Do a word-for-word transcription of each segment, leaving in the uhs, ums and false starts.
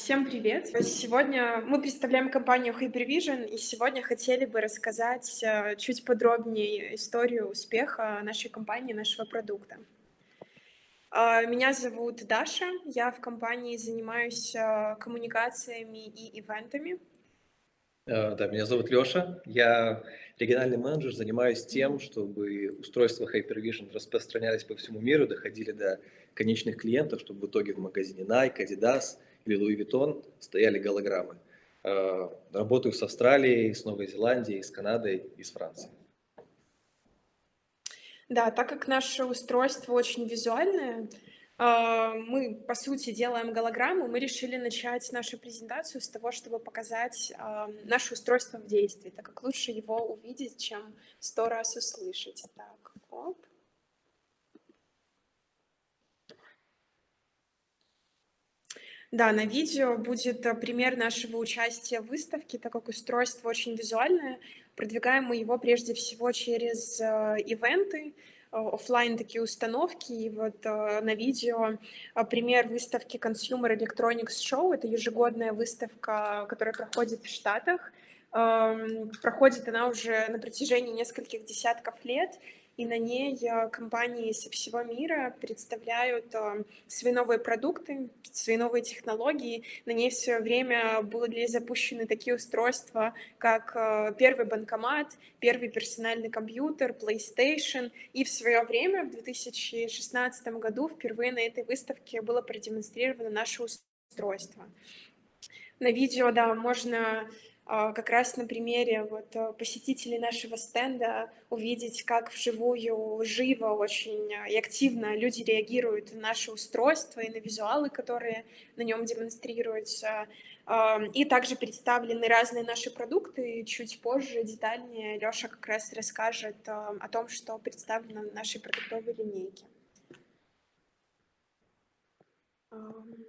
Всем привет! Сегодня мы представляем компанию Hypervision, и сегодня хотели бы рассказать э, чуть подробнее историю успеха нашей компании, нашего продукта. А, Меня зовут Даша, я в компании занимаюсь э, коммуникациями и ивентами. Э, Да, меня зовут Леша. Я региональный менеджер, занимаюсь тем, Мгм. чтобы устройства Hypervision распространялись по всему миру, доходили до конечных клиентов, чтобы в итоге в магазине Nike, Adidas или Louis Vuitton стояли голограммы. Э, Работаю с Австралией, с Новой Зеландией, с Канадой и с Францией. Да, так как наше устройство очень визуальное, а, мы, по сути, делаем голограмму, мы решили начать нашу презентацию с того, чтобы показать а, наше устройство в действии, так как лучше его увидеть, чем сто раз услышать. Так, оп. Да, на видео будет а, пример нашего участия в выставке, так как устройство очень визуальное. Продвигаем мы его прежде всего через а, ивенты, а, оффлайн такие установки. И вот а, на видео а, пример выставки Consumer Electronics Show. Это ежегодная выставка, которая проходит в Штатах. Ам, Проходит она уже на протяжении нескольких десятков лет. И на ней а, компании со всего мира представляют а, свои новые продукты, свои новые технологии. На ней все время были запущены такие устройства, как э, первый банкомат, первый персональный компьютер, PlayStation. И в свое время, в две тысячи шестнадцатом году, впервые на этой выставке было продемонстрировано наше устройство. На видео, да, можно а, как раз на примере вот а, посетителей нашего стенда увидеть, как вживую, живо очень а, и активно люди реагируют на наше устройство и на визуалы, которые на нем демонстрируются. А, И также представлены разные наши продукты. Чуть позже, детальнее, Лёша как раз расскажет а, о том, что представлено в нашей продуктовой линейке. Ам,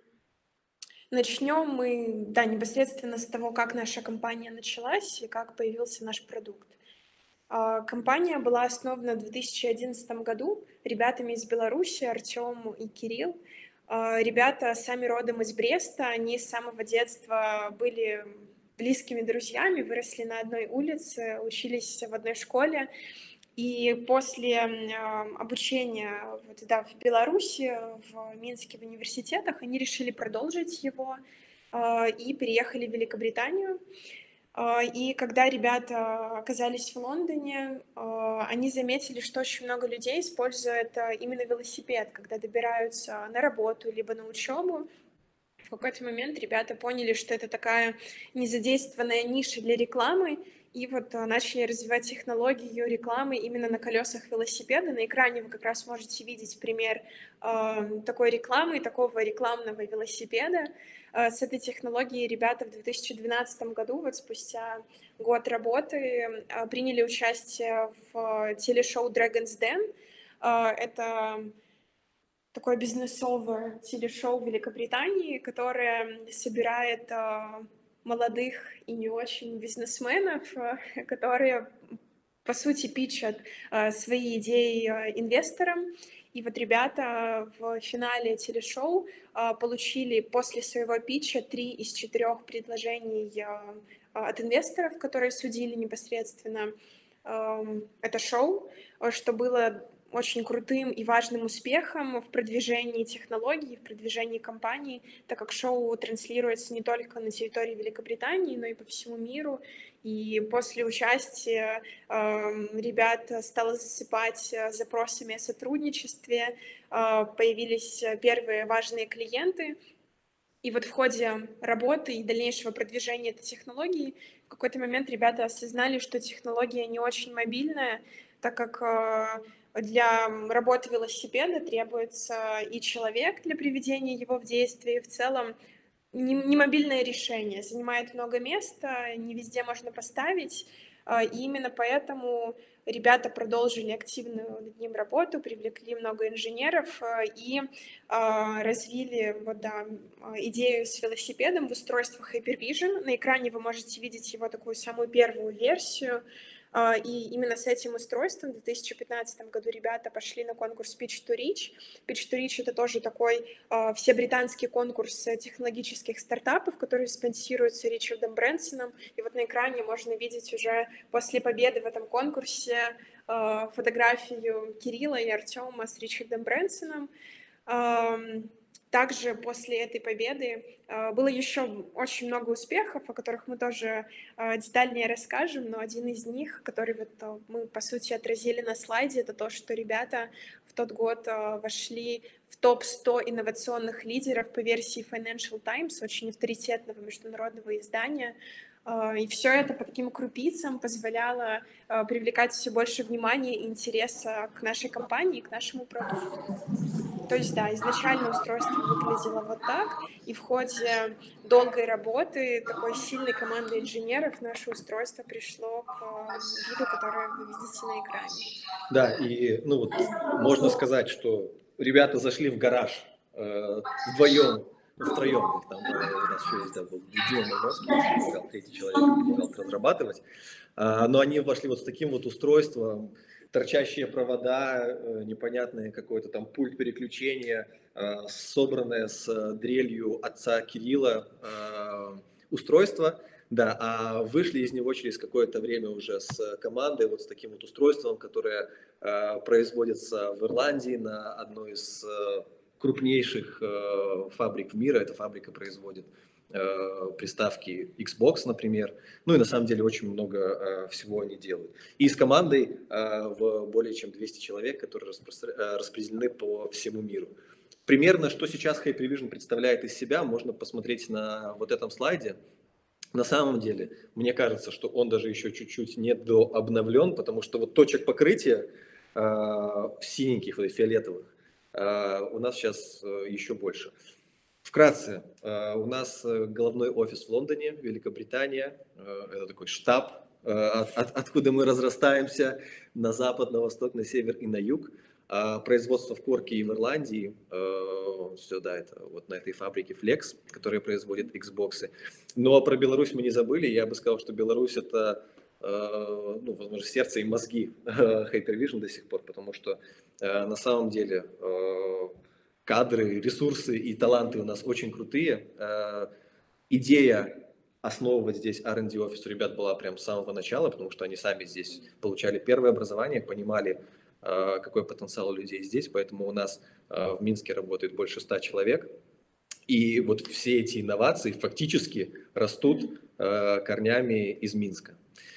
Начнем мы, да, непосредственно с того, как наша компания началась и как появился наш продукт. А, Компания была основана в две тысячи одиннадцатом году ребятами из Беларуси, Артем и Кирилл. А, Ребята сами родом из Бреста, они с самого детства были близкими друзьями, выросли на одной улице, учились в одной школе. И после м, обучения вот, да, в Беларуси, в Минске, в университетах, они решили продолжить его а, и переехали в Великобританию. А, И когда ребята оказались в Лондоне, а, они заметили, что очень много людей используют а, именно велосипед, когда добираются на работу либо на учебу. В какой-то момент ребята поняли, что это такая незадействованная ниша для рекламы, и вот а, начали развивать технологию рекламы именно на колесах велосипеда. На экране вы как раз можете видеть пример а, такой рекламы, такого рекламного велосипеда. А, С этой технологией ребята в две тысячи двенадцатом году, вот спустя год работы, а, приняли участие в а, телешоу Dragon's Den. А, Это такое бизнесовое телешоу в Великобритании, которое собирает а, молодых и не очень бизнесменов, а, которые, по сути, питчат а, свои идеи а, инвесторам. И вот ребята в финале телешоу а, получили после своего питча три из четырех предложений а, а, от инвесторов, которые судили непосредственно ам, это шоу, а, что было очень крутым и важным успехом в продвижении технологий, в продвижении компании, так как шоу транслируется не только на территории Великобритании, но и по всему миру. И после участия эм, ребят стало засыпать э, запросами о сотрудничестве, э, появились э, первые важные клиенты. И вот в ходе работы и дальнейшего продвижения этой технологии в какой-то момент ребята осознали, что технология не очень мобильная, так как э, для работы велосипеда требуется и человек для приведения его в действие, и в целом не, не мобильное решение, занимает много места, не везде можно поставить, а, и именно поэтому ребята продолжили активную над ним работу, привлекли много инженеров а, и а, развили вот, да, а, идею с велосипедом в устройствах Hypervision. На экране вы можете видеть его такую самую первую версию. А, И именно с этим устройством в две тысячи пятнадцатом году ребята пошли на конкурс Pitch to Reach. Pitch to Reach — это тоже такой а, всебританский конкурс э, технологических стартапов, который спонсируется Ричардом Брэнсоном. И вот на экране можно видеть уже после победы в этом конкурсе а, фотографию Кирилла и Артема с Ричардом Брэнсоном. Ам, Также после этой победы а, было еще очень много успехов, о которых мы тоже а, детальнее расскажем, но один из них, который вот а, мы, по сути, отразили на слайде, это то, что ребята в тот год а, вошли в топ сто инновационных лидеров по версии Financial Times, очень авторитетного международного издания. А, И все это по таким крупицам позволяло а, привлекать все больше внимания и интереса к нашей компании, к нашему продукту. То есть, да, изначально устройство выглядело вот так, и в ходе долгой работы такой сильной команды инженеров наше устройство пришло к э, виду, которое вы видите на экране. Да, и ну вот можно сказать, что ребята зашли в гараж э, вдвоем, ну, втроем, их там э, у нас еще есть, да, был Дима Маймовский, помогал, третий человек помогал разрабатывать, А, но они вошли вот с таким вот устройством, торчащие провода, э, непонятное какое-то там пульт переключения, э, собранное с э, дрелью отца Кирилла э, устройство. Да, а вышли из него через какое-то время уже с командой, вот с таким вот устройством, которое э, производится в Ирландии на одной из э, крупнейших э, фабрик мира. Эта фабрика производит э, приставки Xbox, например. Ну и на самом деле очень много э, всего они делают. И с командой э, в более чем двести человек, которые распро- э, распределены по всему миру. Примерно, что сейчас Hypervision представляет из себя, можно посмотреть на вот этом слайде. На самом деле, мне кажется, что он даже еще чуть-чуть не дообновлен, потому что вот точек покрытия э, синеньких, вот, фиолетовых, э, у нас сейчас э, еще больше. Вкратце, э, у нас э, головной офис в Лондоне, Великобритания, э, это такой штаб, э, от, от- откуда мы разрастаемся на запад, на восток, на север и на юг. А производство в Корке и в Ирландии, э, все, да, это вот на этой фабрике Flex, которая производит Xbox. Но про Беларусь мы не забыли. Я бы сказал, что Беларусь — это, э, ну, возможно, сердце и мозги Hypervision до сих пор, потому что э, на самом деле э, кадры, ресурсы и таланты у нас очень крутые. Э, идея основывать здесь ар энд ди офис у ребят была прям с самого начала, потому что они сами здесь получали первое образование, понимали, э, какой потенциал у людей здесь, поэтому у нас э, в Минске работает больше ста человек. И вот все эти инновации фактически растут э, корнями из Минска.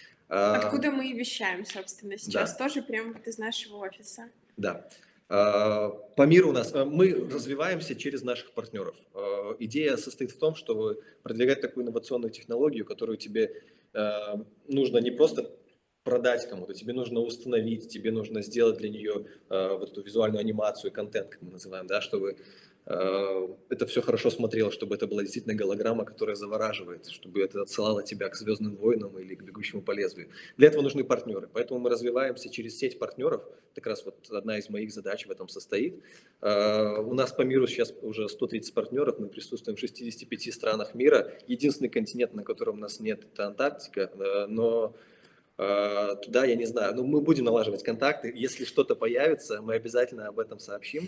А, Откуда мы и вещаем, собственно, сейчас да, тоже прямо вот из нашего офиса. да. А, по миру у нас а, мы развиваемся через наших партнеров. А, идея состоит в том, чтобы продвигать такую инновационную технологию, которую тебе а, нужно не просто продать кому-то, тебе нужно установить, тебе нужно сделать для нее а, вот эту визуальную анимацию, контент, как мы называем, да, чтобы а, это все хорошо смотрело, чтобы это была действительно голограмма, которая завораживает, чтобы это отсылало тебя к «Звездным войнам» или к «Бегущему по лезвию». Для этого нужны партнеры, поэтому мы развиваемся через сеть партнеров. Как раз вот одна из моих задач в этом состоит. А, у нас по миру сейчас уже сто тридцать партнеров, мы присутствуем в шестидесяти пяти странах мира. Единственный континент, на котором у нас нет, это Антарктика, а, но а, туда я не знаю. Ну, мы будем налаживать контакты. Если что-то появится, мы обязательно об этом сообщим.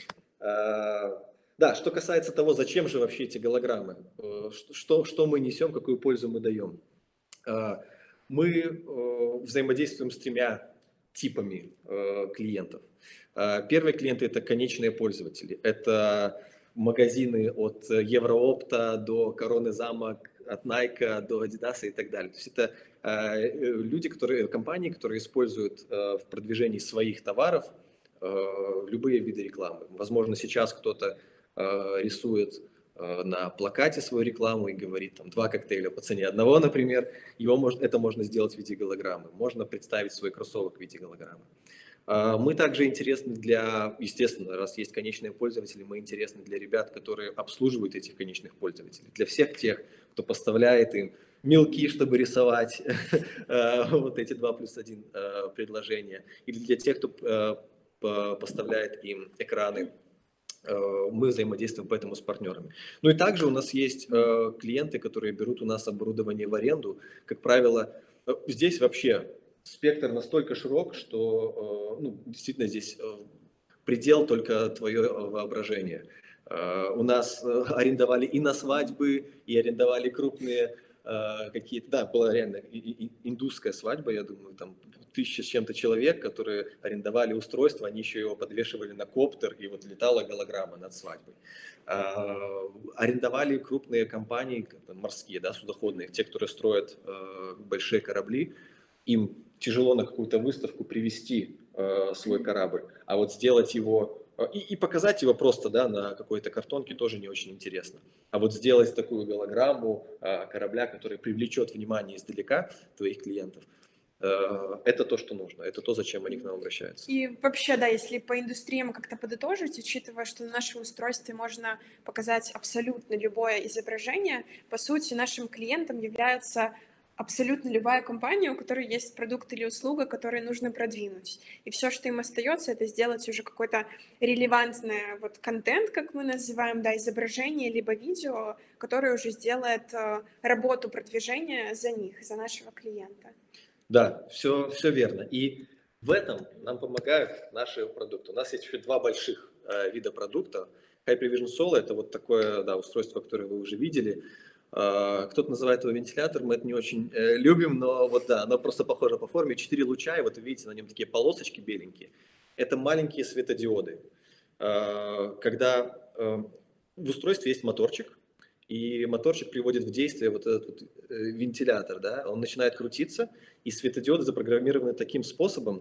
А, Да, что касается того, зачем же вообще эти голограммы, э, что, что мы несем, какую пользу мы даем. А, Мы э, взаимодействуем с тремя типами э, клиентов. А, Первые клиенты — это конечные пользователи. Это магазины от Евроопта до Короны Замок, от Nike до Adidas и так далее. То есть это э, люди, которые, компании, которые используют э, в продвижении своих товаров э, любые виды рекламы. Возможно, сейчас кто-то э, рисует э, на плакате свою рекламу и говорит там два коктейля по цене одного, например. Его можно, это можно сделать в виде голограммы. Можно представить свой кроссовок в виде голограммы. Э, Мы также интересны для, естественно, раз есть конечные пользователи, мы интересны для ребят, которые обслуживают этих конечных пользователей. Для всех тех, кто поставляет им мелки, чтобы рисовать вот эти два плюс один предложения. Или для тех, кто поставляет им экраны. Мы взаимодействуем поэтому с партнерами. Ну и также у нас есть клиенты, которые берут у нас оборудование в аренду. Как правило, здесь вообще спектр настолько широк, что, э, ну, действительно здесь э, предел только твое э, воображение. Э, У нас э, арендовали и на свадьбы, и арендовали крупные э, какие-то, да, была реально и- и- и индусская свадьба, я думаю, там тысяча с чем-то человек, которые арендовали устройство, они еще его подвешивали на коптер, и вот летала голограмма над свадьбой. А, Арендовали крупные компании, как бы морские, да, судоходные, те, которые строят э, большие корабли, им тяжело на какую-то выставку привести э, свой корабль, а вот сделать его э, и, и показать его просто, да, на какой-то картонке тоже не очень интересно. А вот сделать такую голограмму э, корабля, который привлечет внимание издалека твоих клиентов, э, это то, что нужно, это то, зачем они к нам обращаются. И вообще, да, если по индустриям как-то подытожить, учитывая, что на нашем устройстве можно показать абсолютно любое изображение, по сути, нашим клиентом является абсолютно любая компания, у которой есть продукт или услуга, которые нужно продвинуть. И все, что им остается, это сделать уже какой-то релевантный вот контент, как мы называем, да, изображение либо видео, которое уже сделает э, работу продвижения за них, за нашего клиента. Да, все, все верно. И в этом нам помогают наши продукты. У нас есть еще два больших э, вида продукта. Hypervision Solo – это вот такое, да, устройство, которое вы уже видели. Э, кто-то называет его вентилятор, мы это не очень э, любим, но вот да, оно просто похоже по форме. Четыре луча, и вот вы видите на нем такие полосочки беленькие. Это маленькие светодиоды. Э, когда э, в устройстве есть моторчик, и моторчик приводит в действие вот этот вот э, вентилятор, да, он начинает крутиться, и светодиоды запрограммированы таким способом,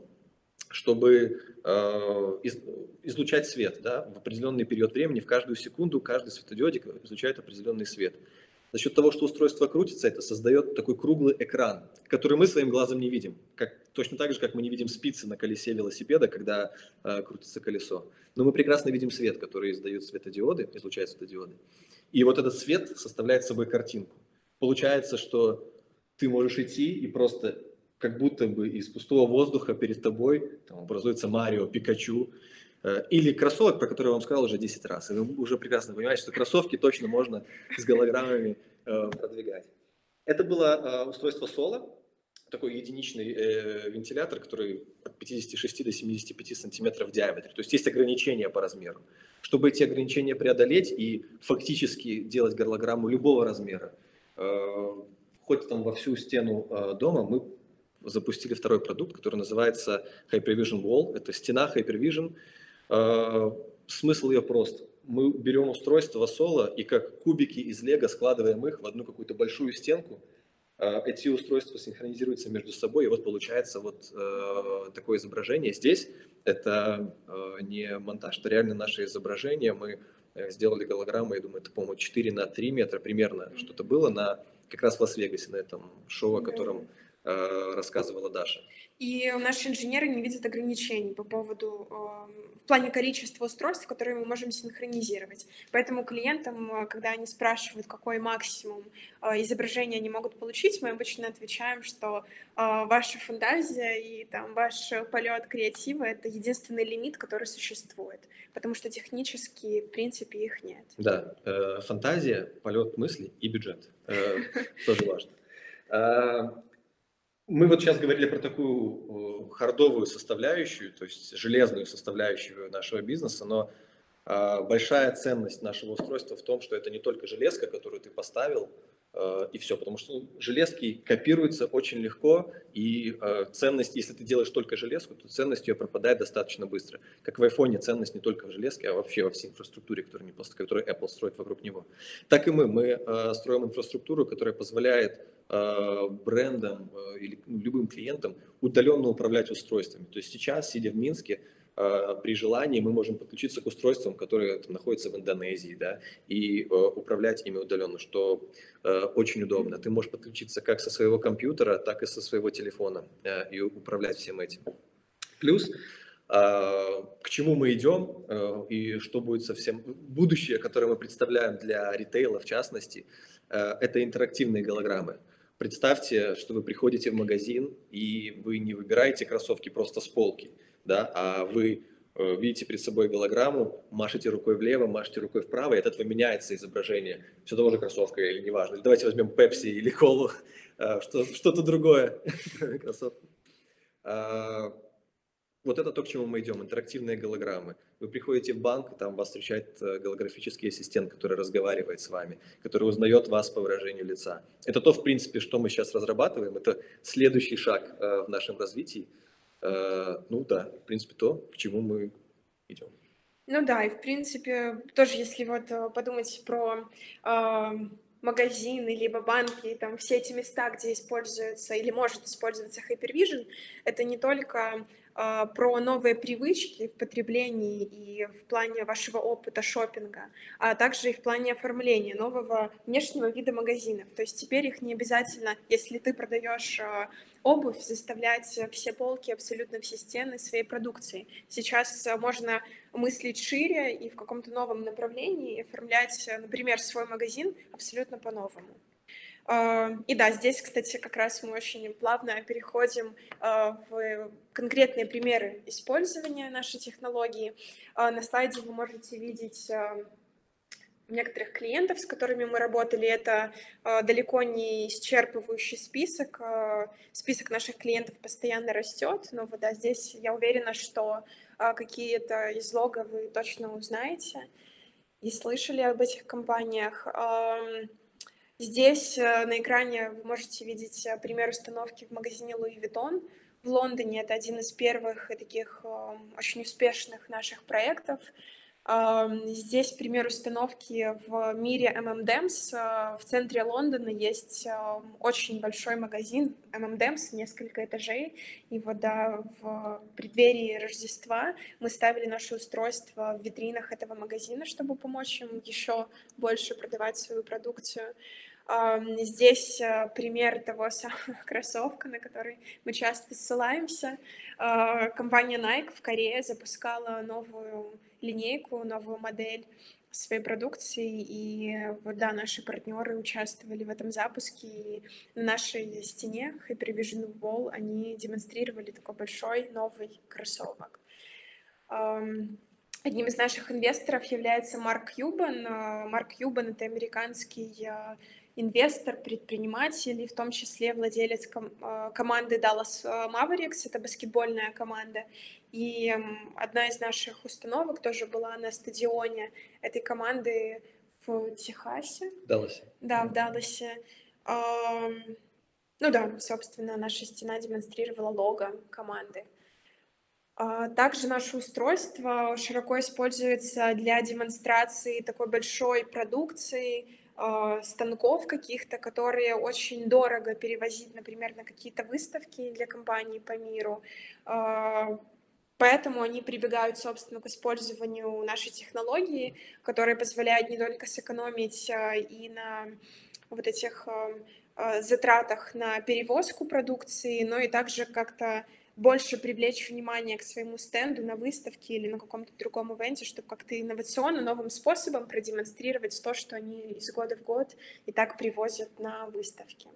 чтобы э, из, излучать свет, да, в определенный период времени, в каждую секунду каждый светодиодик излучает определенный свет. За счет того, что устройство крутится, это создает такой круглый экран, который мы своим глазом не видим. Как, точно так же, как мы не видим спицы на колесе велосипеда, когда э, крутится колесо. Но мы прекрасно видим свет, который издают светодиоды, излучают светодиоды. И вот этот свет составляет собой картинку. Получается, что ты можешь идти и просто как будто бы из пустого воздуха перед тобой там, образуется Марио, Пикачу, э, или кроссовок, про который я вам сказал уже десять раз. И вы уже прекрасно понимаете, что кроссовки точно можно с голограммами э, продвигать. Это было э, устройство Solo, такой единичный э, вентилятор, который от пятидесяти шести до семидесяти пяти сантиметров в диаметре. То есть есть ограничения по размеру. Чтобы эти ограничения преодолеть и фактически делать голограмму любого размера, э, хоть там во всю стену э, дома, мы запустили второй продукт, который называется Hypervision Wall. Это стена Hypervision. Э, смысл ее прост. Мы берем устройство Solo и как кубики из лего складываем их в одну какую-то большую стенку. Эти устройства синхронизируются между собой, и вот получается вот э, такое изображение. Здесь это э, не монтаж, это реально наше изображение. Мы э, сделали голограмму, я думаю, это, по-моему, четыре на три метра примерно что-то было на как раз в Лас-Вегасе, на этом шоу, о котором э, рассказывала Даша. И наши инженеры не видят ограничений по поводу, э, в плане количества устройств, которые мы можем синхронизировать. Поэтому клиентам, э, когда они спрашивают, какой максимум э, изображения они могут получить, мы обычно отвечаем, что э, ваша фантазия и там, ваш полет креатива — это единственный лимит, который существует, потому что технически, в принципе, их нет. Да, э, фантазия, полет мысли и бюджет. Э, тоже важно. А, Мы вот сейчас говорили про такую э, хардовую составляющую, то есть железную составляющую нашего бизнеса, но э, большая ценность нашего устройства в том, что это не только железка, которую ты поставил, э, и все, потому что ну, железки копируются очень легко, и э, ценность, если ты делаешь только железку, то ценность ее пропадает достаточно быстро. Как в айфоне ценность не только в железке, а вообще во всей инфраструктуре, которую, не, которую Apple строит вокруг него. Так и мы. Мы э, строим инфраструктуру, которая позволяет брендам или любым клиентам удаленно управлять устройствами. То есть сейчас, сидя в Минске, при желании мы можем подключиться к устройствам, которые там находятся в Индонезии, да, и управлять ими удаленно, что очень удобно. Ты можешь подключиться как со своего компьютера, так и со своего телефона и управлять всем этим. Плюс к чему мы идем и что будет совсем будущее, которое мы представляем для ритейла в частности, это интерактивные голограммы. Представьте, что вы приходите в магазин, и вы не выбираете кроссовки просто с полки, да, а вы э, видите перед собой голограмму, машете рукой влево, машете рукой вправо, и от этого меняется изображение все того же кроссовка или неважно. Или давайте возьмем Pepsi или колу, э, что, что-то другое. Кроссовки. А, Вот это то, к чему мы идем, интерактивные голограммы. Вы приходите в банк, и там вас встречает э, голографический ассистент, который разговаривает с вами, который узнает вас по выражению лица. Это то, в принципе, что мы сейчас разрабатываем, это следующий шаг э, в нашем развитии. Э, Ну да, в принципе, то, к чему мы идем. Ну да, и в принципе, тоже если вот э, подумать про а, магазины, либо банки, и там все эти места, где используется или может использоваться Hypervision, это не только а, про новые привычки в потреблении и в плане вашего опыта шопинга, а также и в плане оформления нового внешнего вида магазинов. То есть теперь их не обязательно, если ты продаешь а, обувь, заставлять э, все полки, абсолютно все стены своей продукции. Сейчас э, можно мыслить шире и в каком-то новом направлении, и оформлять, э, например, свой магазин абсолютно по-новому. А, И да, здесь, кстати, как раз мы очень плавно переходим а, в конкретные примеры использования нашей технологии. А, На слайде вы можете видеть а, некоторых клиентов, с которыми мы работали. Это э, далеко не исчерпывающий список. Э, список наших клиентов постоянно растет, но вот да, здесь я уверена, что э, какие-то из лого вы точно узнаете и слышали об этих компаниях. Эм, Здесь э, на экране вы можете видеть э, пример установки в магазине Louis Vuitton в Лондоне. Это один из первых и таких э, очень успешных наших проектов. Ам, Здесь пример установки в мире эм эм Dems. Э, В центре Лондона есть э, очень большой магазин эм эм Dems, несколько этажей. И вот да, в преддверии Рождества мы ставили наше устройство в витринах этого магазина, чтобы помочь им еще больше продавать свою продукцию. Ам, Здесь э, пример того самого кроссовка, на который мы часто ссылаемся. Э, Компания Nike в Корее запускала новую линейку, новую модель своей продукции, и вот да, наши партнеры участвовали в этом запуске, и на нашей стене Hypervision Wall они демонстрировали такой большой новый кроссовок. Ам, Одним из наших инвесторов является Марк Кьюбан. А, Марк Кьюбан — это американский а, инвестор, предприниматель и в том числе владелец ком- а, команды Dallas Mavericks, это баскетбольная команда. И м, одна из наших установок тоже была на стадионе этой команды в Техасе, Далласе. да, в Далласе. Ам, Ну да, собственно, наша стена демонстрировала лого команды. А, Также наше устройство широко используется для демонстрации такой большой продукции, а, станков каких-то, которые очень дорого перевозить, например, на какие-то выставки для компаний по миру. А, Поэтому они прибегают, собственно, к использованию нашей технологии, которая позволяет не только сэкономить а, и на вот этих а, а, затратах на перевозку продукции, но и также как-то больше привлечь внимание к своему стенду на выставке или на каком-то другом ивенте, чтобы как-то инновационно, новым способом продемонстрировать то, что они из года в год и так привозят на выставки.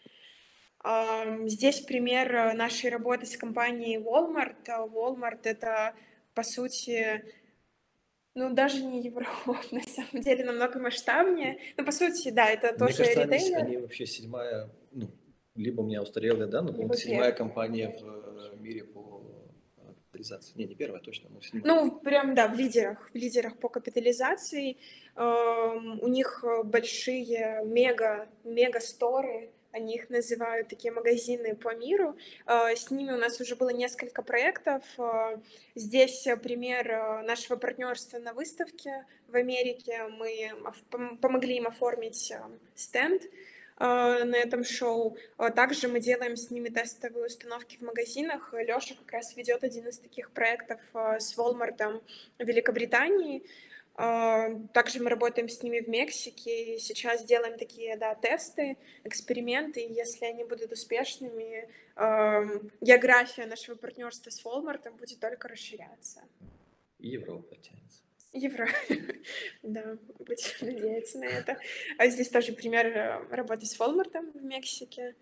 Ам, Здесь пример э, нашей работы с компанией Walmart. А Walmart — это, по сути, ну, даже не Европа, на самом деле, намного масштабнее. Но, по сути, да, это Мне тоже кажется, они, с- ритейлер, они вообще седьмая, ну, либо у меня устарелые данные, по-моему, либо седьмая первый. компания в э, мире по э, капитализации. Не, не первая точно, но седьмая. Ну, прям, да, в лидерах, в лидерах по капитализации. Эм, У них э, большие мега, мега-сторы, они их называют, такие магазины по миру. Э, С ними у нас уже было несколько проектов. Э, Здесь э, пример э, нашего партнерства на выставке в Америке. Мы оф- пом- помогли им оформить э, стенд э, на этом шоу. А Также мы делаем с ними тестовые установки в магазинах. Лёша как раз ведет один из таких проектов э, с Walmart в Великобритании. А, Также мы работаем с ними в Мексике. И сейчас делаем такие, да, тесты, эксперименты. И если они будут успешными, эм, география нашего партнерства с Walmart будет только расширяться. И Европа подтянется. Евро. Да, будем надеяться на это. А здесь тоже пример э, работы с Walmart в Мексике.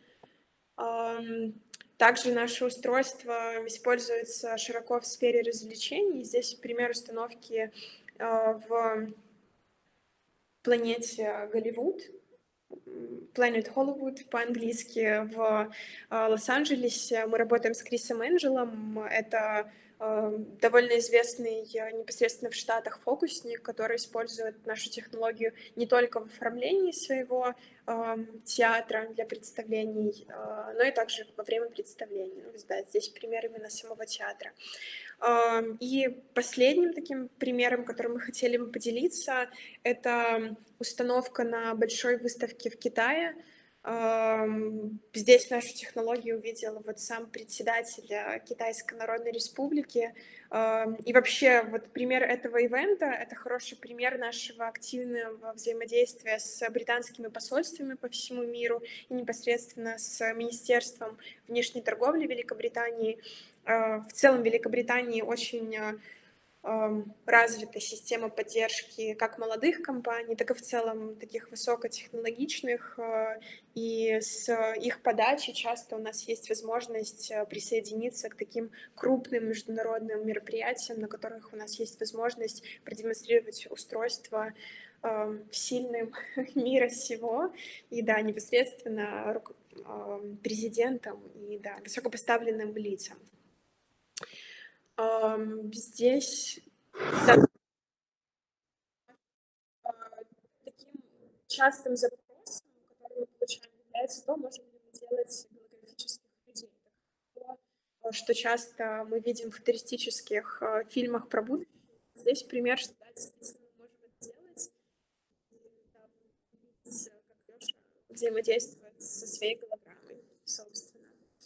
Ам, Также наше устройство используется широко в сфере развлечений. Здесь пример установки э, в планете Голливуд. Planet Hollywood по-английски в а, Лос-Анджелесе. Мы работаем с Крисом Энджелом. Это а, довольно известный а, непосредственно в Штатах фокусник, который использует нашу технологию не только в оформлении своего а, театра для представлений, а, но и также во время представлений. Ну, да, здесь пример именно самого театра. А, И последним таким примером, которым мы хотели бы поделиться, это установка на большой выставке в Китае. Ам, Здесь нашу технологию увидел вот сам председатель а, Китайской Народной Республики. Ам, И вообще вот пример этого ивента — это хороший пример нашего активного взаимодействия с британскими посольствами по всему миру и непосредственно с Министерством внешней торговли Великобритании. А, В целом в Великобритании очень а, ам, развита система поддержки как молодых компаний, так и в целом таких высокотехнологичных, а, и с их подачи часто у нас есть возможность а, присоединиться к таким крупным международным мероприятиям, на которых у нас есть возможность продемонстрировать устройство ам, сильным мира сего, и да, непосредственно руко- ам, президентам и да, высокопоставленным лицам. Ам, Здесь да, а, таким частым запросом, который мы получаем, является то, можем ли мы делать голографических людей. Так, то, что часто мы видим в футуристических а, фильмах про будущее. Здесь пример, что да, действительно мы можем это делать. И, да, видеть, а, как Лёша взаимодействует со своей голограммой, собственно.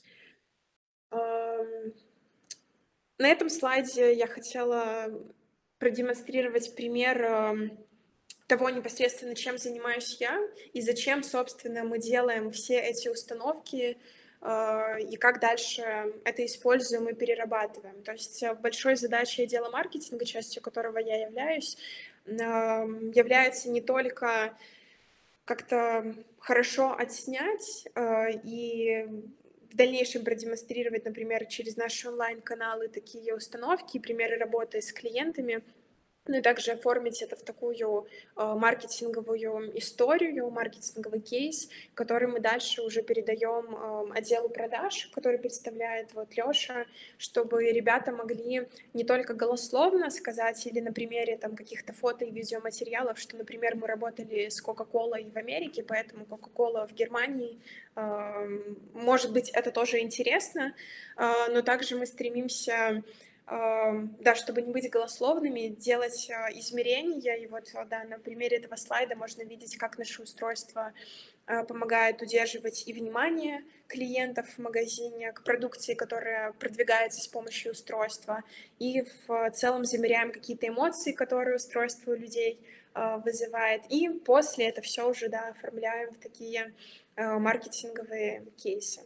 Ам, На этом слайде я хотела продемонстрировать пример ам, того непосредственно, чем занимаюсь я и зачем, собственно, мы делаем все эти установки, а, и как дальше это используем и перерабатываем. То есть э, большой задачей отдела маркетинга, частью которого я являюсь, ам, является не только как-то хорошо отснять а, и в дальнейшем продемонстрировать, например, через наши онлайн-каналы такие установки, примеры работы с клиентами, ну и также оформить это в такую а, маркетинговую историю, маркетинговый кейс, который мы дальше уже передаем ам, отделу продаж, который представляет вот Лёша, чтобы ребята могли не только голословно сказать или на примере там каких-то фото и видеоматериалов, что, например, мы работали с Coca-Cola в Америке, поэтому Coca-Cola в Германии, ам, может быть, это тоже интересно, а, но также мы стремимся, Ам, да, чтобы не быть голословными, делать а, измерения. И вот а, да, на примере этого слайда можно видеть, как наше устройство а, помогает удерживать и внимание клиентов в магазине к продукции, которая продвигается с помощью устройства, и в целом замеряем какие-то эмоции, которые устройство у людей а, вызывает. И после это все уже да, оформляем в такие а, маркетинговые кейсы.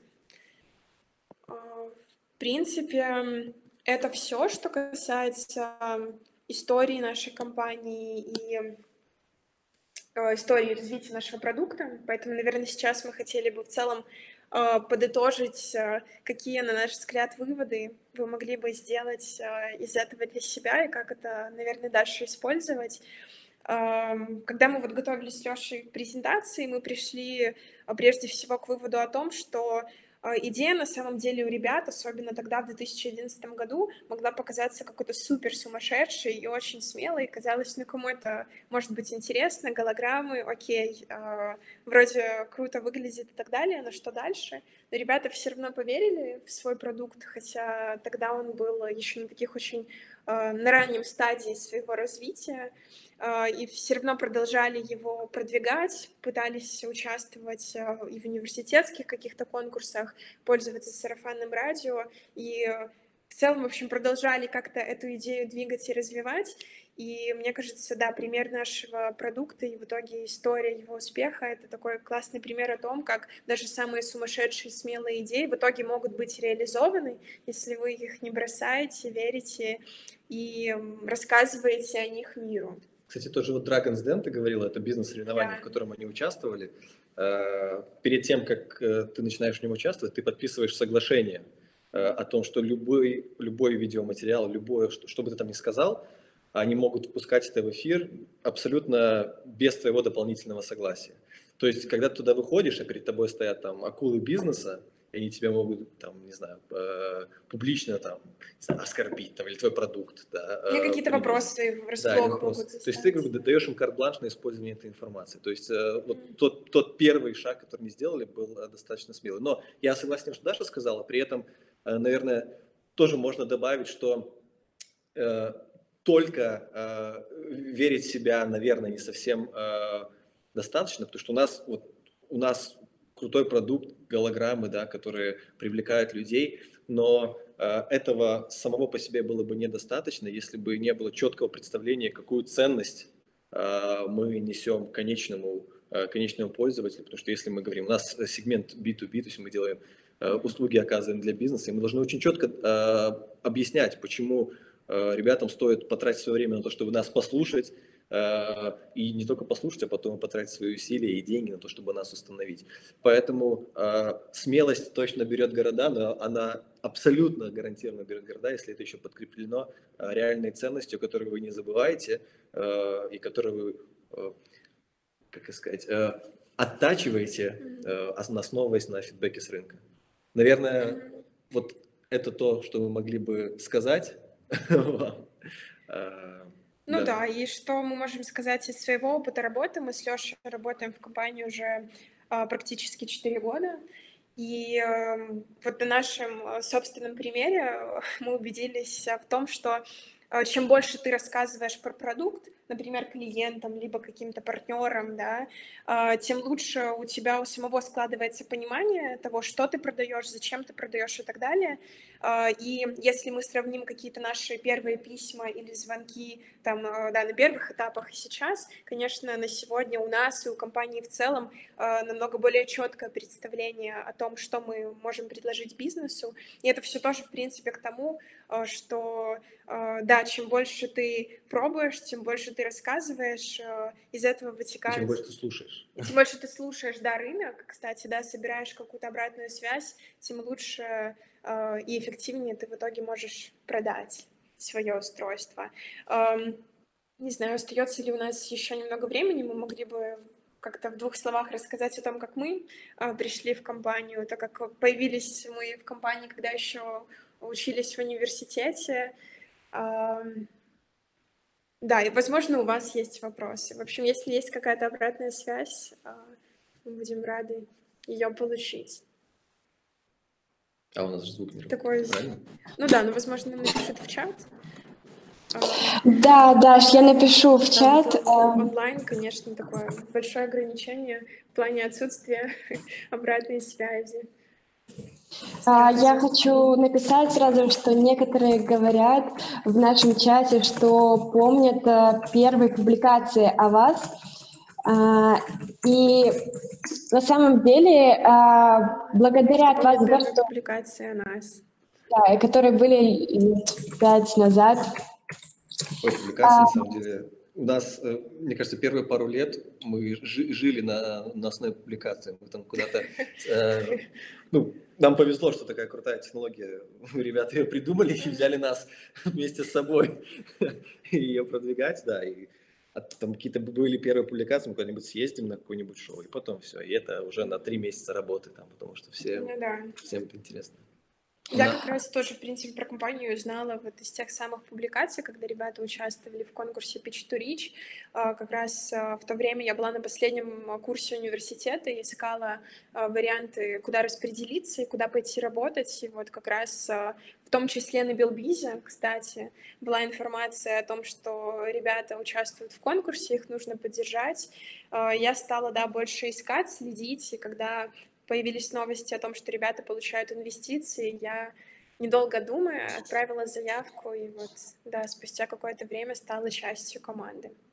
А, В принципе, это все, что касается истории нашей компании и э, истории развития нашего продукта. Поэтому, наверное, сейчас мы хотели бы в целом э, подытожить, э, какие, на наш взгляд, выводы вы могли бы сделать э, из этого для себя и как это, наверное, дальше использовать. Ам, Когда мы вот готовились с Лешей к презентации, мы пришли а, прежде всего к выводу о том, что а, идея на самом деле у ребят, особенно тогда, в две тысячи одиннадцатом году, могла показаться какой-то супер сумасшедшей и очень смелой. Казалось, ну кому это может быть интересно, голограммы, окей, а, вроде круто выглядит и так далее, но что дальше? Но ребята все равно поверили в свой продукт, хотя тогда он был еще на таких очень а, на раннем стадии своего развития, а, и все равно продолжали его продвигать, пытались участвовать а, и в университетских каких-то конкурсах, пользоваться сарафанным радио, и э, в целом, в общем, продолжали как-то эту идею двигать и развивать. И мне кажется, да, пример нашего продукта и в итоге история его успеха — это такой классный пример о том, как даже самые сумасшедшие, смелые идеи в итоге могут быть реализованы, если вы их не бросаете, верите и м, рассказываете о них миру. Кстати, тоже вот Dragon's Den, ты говорила, это бизнес-соревнование, в Да. котором они участвовали. Э, Перед тем, как э, ты начинаешь в нем участвовать, ты подписываешь соглашение э, о том, что любой, любой видеоматериал, любое, что, что бы ты там ни сказал, они могут впускать это в эфир абсолютно без твоего дополнительного согласия. То есть, когда ты туда выходишь, а перед тобой стоят там акулы бизнеса, и они тебя могут, там, не знаю, э, публично там, не знаю, оскорбить, там, или твой продукт, да, Мне э, какие-то принизить. вопросы Да, или врасплох вопрос. могут То есть ты как застать. бы даешь им карт-бланш на использование этой информации. То есть э, вот М. тот, тот первый шаг, который они сделали, был э, достаточно смелый. Но я согласен с тем, что Даша сказала, при этом, э, наверное, тоже можно добавить, что э, только э, верить в себя, наверное, не совсем э, достаточно, потому что у нас, вот, у нас крутой продукт, голограммы, да, которые привлекают людей, но э, этого самого по себе было бы недостаточно, если бы не было четкого представления, какую ценность э, мы несем конечному, э, конечному пользователю, потому что если мы говорим, у нас сегмент би ту би, то есть мы делаем э, услуги, оказываем для бизнеса, и мы должны очень четко э, объяснять, почему э, ребятам стоит потратить свое время на то, чтобы нас послушать, э, и не только послушать, а потом потратить свои усилия и деньги на то, чтобы нас установить. Поэтому э, смелость точно берет города, но она абсолютно гарантированно берет города, если это еще подкреплено э, реальной ценностью, которую вы не забываете, э, и которую вы, э, как сказать, э, оттачиваете, э, основываясь на фидбэке с рынка. Наверное, Мгм. вот это то, что мы могли бы сказать вам. Э, Ну Да. да, и что мы можем сказать из своего опыта работы? Мы с Лешей работаем в компании уже а, практически четыре года. И эм, вот на нашем э, собственном примере э, мы убедились э, в том, что э, чем больше ты рассказываешь про продукт, например, клиентам, либо каким-то партнерам, да, а, тем лучше у тебя у самого складывается понимание того, что ты продаешь, зачем ты продаешь и так далее. А, И если мы сравним какие-то наши первые письма или звонки там, э, да, на первых этапах и сейчас, конечно, на сегодня у нас и у компании в целом э, намного более четкое представление о том, что мы можем предложить бизнесу. И это все тоже, в принципе, к тому, э, что, э, да, чем больше ты пробуешь, тем больше ты рассказываешь, э, из этого И чем вытекают больше ты слушаешь. и тем больше ты слушаешь, да, рынок, кстати, да, собираешь какую-то обратную связь, тем лучше э, и эффективнее ты в итоге можешь продать свое устройство. Эм, не знаю, остается ли у нас еще немного времени, мы могли бы как-то в двух словах рассказать о том, как мы э, пришли в компанию, так как появились мы в компании, когда еще учились в университете. Ам, да, и, возможно, у вас есть вопросы. В общем, если есть какая-то обратная связь, а, мы будем рады ее получить. А у нас же звук не Такой, работает, правильно? ну да, ну, возможно, нам напишут в чат. А, Да, Даш, я напишу в Да, вот чат. он- э, онлайн, конечно, такое большое ограничение в плане отсутствия обратной связи. а, Я Странно. хочу написать сразу, что некоторые говорят в нашем чате, что помнят э, первые публикации о вас. А, И на самом деле, а, благодаря Что вас помнят за то, первые что публикации о нас. да, и которые были лет пять назад. Ой, публикации, на самом деле, у нас, э, мне кажется, первые пару лет мы жи- жили на, на основе публикации. Мы там куда-то, э, ну, нам повезло, что такая крутая технология. Ребята ее придумали и взяли нас вместе с собой ее продвигать, да. И от- там какие-то были первые публикации, мы куда-нибудь съездим на какое-нибудь шоу, и потом все. И это уже на три месяца работы там, потому что все, Ну да. всем это интересно. Я На- как раз тоже, в принципе, про компанию узнала вот из тех самых публикаций, когда ребята участвовали в конкурсе Pitch to Reach. А, Как раз а, в то время я была на последнем а, курсе университета и искала а, варианты, куда распределиться и куда пойти работать. И вот как раз а, в том числе на Белбизе, кстати, была информация о том, что ребята участвуют в конкурсе, их нужно поддержать. А, Я стала, да, больше искать, следить, и когда появились новости о том, что ребята получают инвестиции, я, недолго думая, отправила заявку, и вот, да, спустя какое-то время стала частью команды.